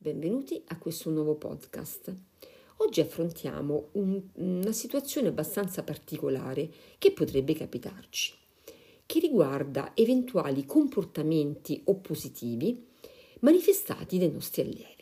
benvenuti a questo nuovo podcast. Oggi affrontiamo una situazione abbastanza particolare che potrebbe capitarci, che riguarda eventuali comportamenti oppositivi manifestati dai nostri allievi.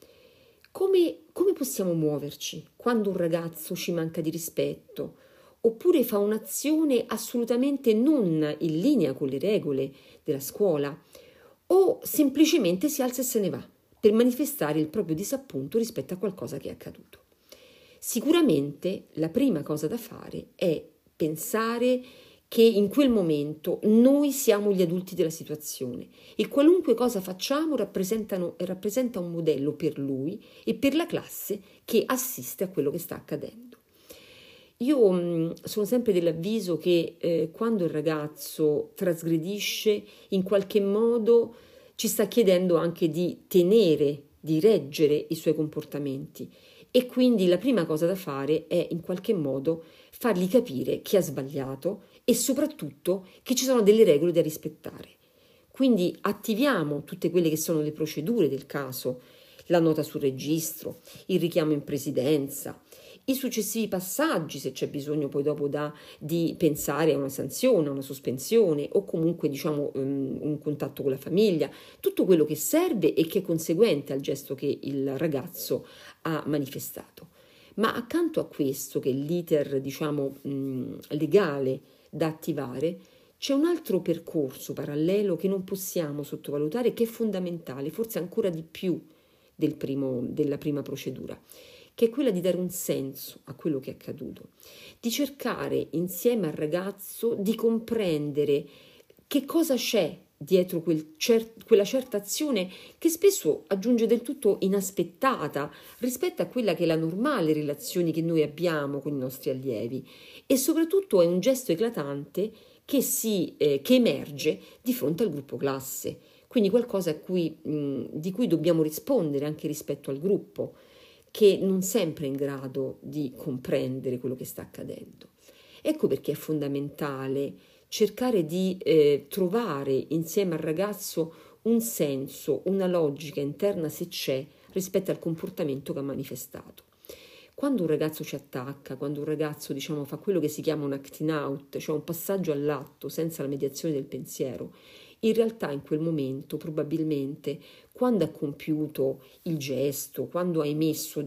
Come possiamo muoverci quando un ragazzo ci manca di rispetto oppure fa un'azione assolutamente non in linea con le regole della scuola o semplicemente si alza e se ne va per manifestare il proprio disappunto rispetto a qualcosa che è accaduto? Sicuramente la prima cosa da fare è pensare che in quel momento noi siamo gli adulti della situazione e qualunque cosa facciamo rappresenta un modello per lui e per la classe che assiste a quello che sta accadendo. Io sono sempre dell'avviso che quando il ragazzo trasgredisce, in qualche modo ci sta chiedendo anche di tenere, di reggere i suoi comportamenti e quindi la prima cosa da fare è in qualche modo fargli capire che ha sbagliato e soprattutto che ci sono delle regole da rispettare. Quindi attiviamo tutte quelle che sono le procedure del caso, la nota sul registro, il richiamo in presidenza, i successivi passaggi se c'è bisogno poi dopo di pensare a una sanzione, a una sospensione o comunque un contatto con la famiglia, tutto quello che serve e che è conseguente al gesto che il ragazzo ha manifestato. Ma accanto a questo, che è l'iter legale da attivare, c'è un altro percorso parallelo che non possiamo sottovalutare, che è fondamentale, forse ancora di più della prima procedura, che è quella di dare un senso a quello che è accaduto, di cercare insieme al ragazzo di comprendere che cosa c'è dietro quella certa azione che spesso aggiunge del tutto inaspettata rispetto a quella che è la normale relazione che noi abbiamo con i nostri allievi e soprattutto è un gesto eclatante che emerge di fronte al gruppo classe, quindi qualcosa di cui dobbiamo rispondere anche rispetto al gruppo, che non sempre è in grado di comprendere quello che sta accadendo. Ecco perché è fondamentale cercare di trovare insieme al ragazzo un senso, una logica interna se c'è rispetto al comportamento che ha manifestato. Quando un ragazzo ci attacca, quando un ragazzo fa quello che si chiama un acting out, cioè un passaggio all'atto senza la mediazione del pensiero, in realtà in quel momento probabilmente quando ha compiuto il gesto, quando ha emesso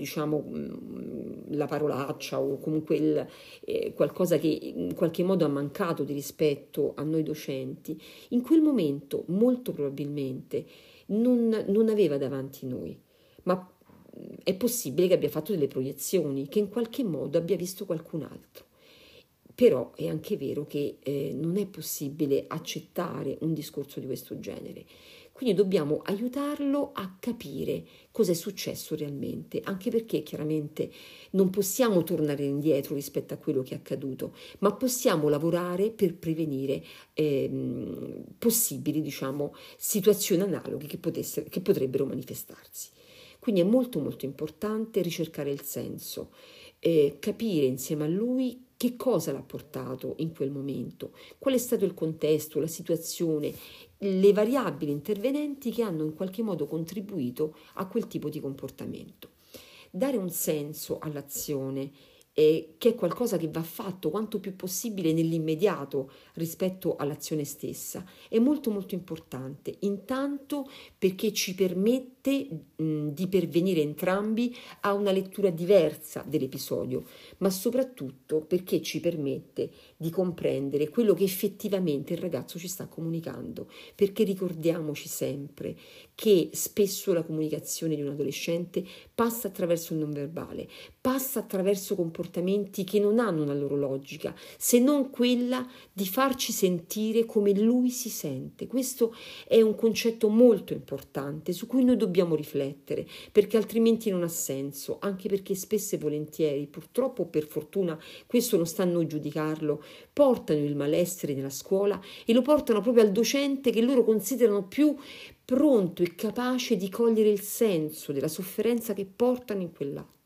la parolaccia o comunque qualcosa che in qualche modo ha mancato di rispetto a noi docenti, in quel momento molto probabilmente non aveva davanti noi, ma è possibile che abbia fatto delle proiezioni, che in qualche modo abbia visto qualcun altro. Però è anche vero che non è possibile accettare un discorso di questo genere. Quindi dobbiamo aiutarlo a capire cosa è successo realmente, anche perché chiaramente non possiamo tornare indietro rispetto a quello che è accaduto, ma possiamo lavorare per prevenire possibili situazioni analoghe che potrebbero manifestarsi. Quindi è molto molto importante ricercare il senso, capire insieme a lui che cosa l'ha portato in quel momento, qual è stato il contesto, la situazione, le variabili intervenenti che hanno in qualche modo contribuito a quel tipo di comportamento. Dare un senso all'azione, che è qualcosa che va fatto quanto più possibile nell'immediato rispetto all'azione stessa, è molto molto importante, intanto perché ci permette di pervenire entrambi a una lettura diversa dell'episodio, ma soprattutto perché ci permette di comprendere quello che effettivamente il ragazzo ci sta comunicando, perché ricordiamoci sempre che spesso la comunicazione di un adolescente passa attraverso il non verbale, passa attraverso comportamenti che non hanno una loro logica, se non quella di farci sentire come lui si sente. Questo è un concetto molto importante su cui noi dobbiamo riflettere, perché altrimenti non ha senso, anche perché spesso e volentieri, purtroppo o per fortuna, questo non sta a noi giudicarlo, portano il malessere nella scuola e lo portano proprio al docente che loro considerano più pronto e capace di cogliere il senso della sofferenza che portano in quell'atto.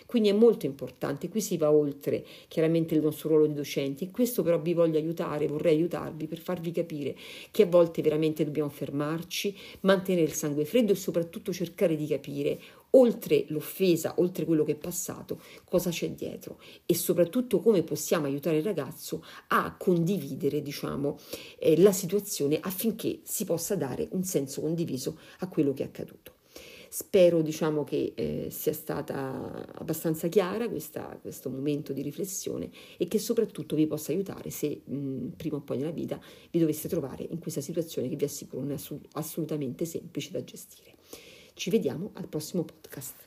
Quindi è molto importante, qui si va oltre chiaramente il nostro ruolo di docenti, e questo però vi voglio aiutare, vorrei aiutarvi per farvi capire che a volte veramente dobbiamo fermarci, mantenere il sangue freddo e soprattutto cercare di capire, oltre l'offesa, oltre quello che è passato, cosa c'è dietro e soprattutto come possiamo aiutare il ragazzo a condividere, diciamo, la situazione affinché si possa dare un senso condiviso a quello che è accaduto. Spero, diciamo, che sia stata abbastanza chiara questo momento di riflessione e che soprattutto vi possa aiutare se prima o poi nella vita vi doveste trovare in questa situazione che vi assicuro non è assolutamente semplice da gestire. Ci vediamo al prossimo podcast.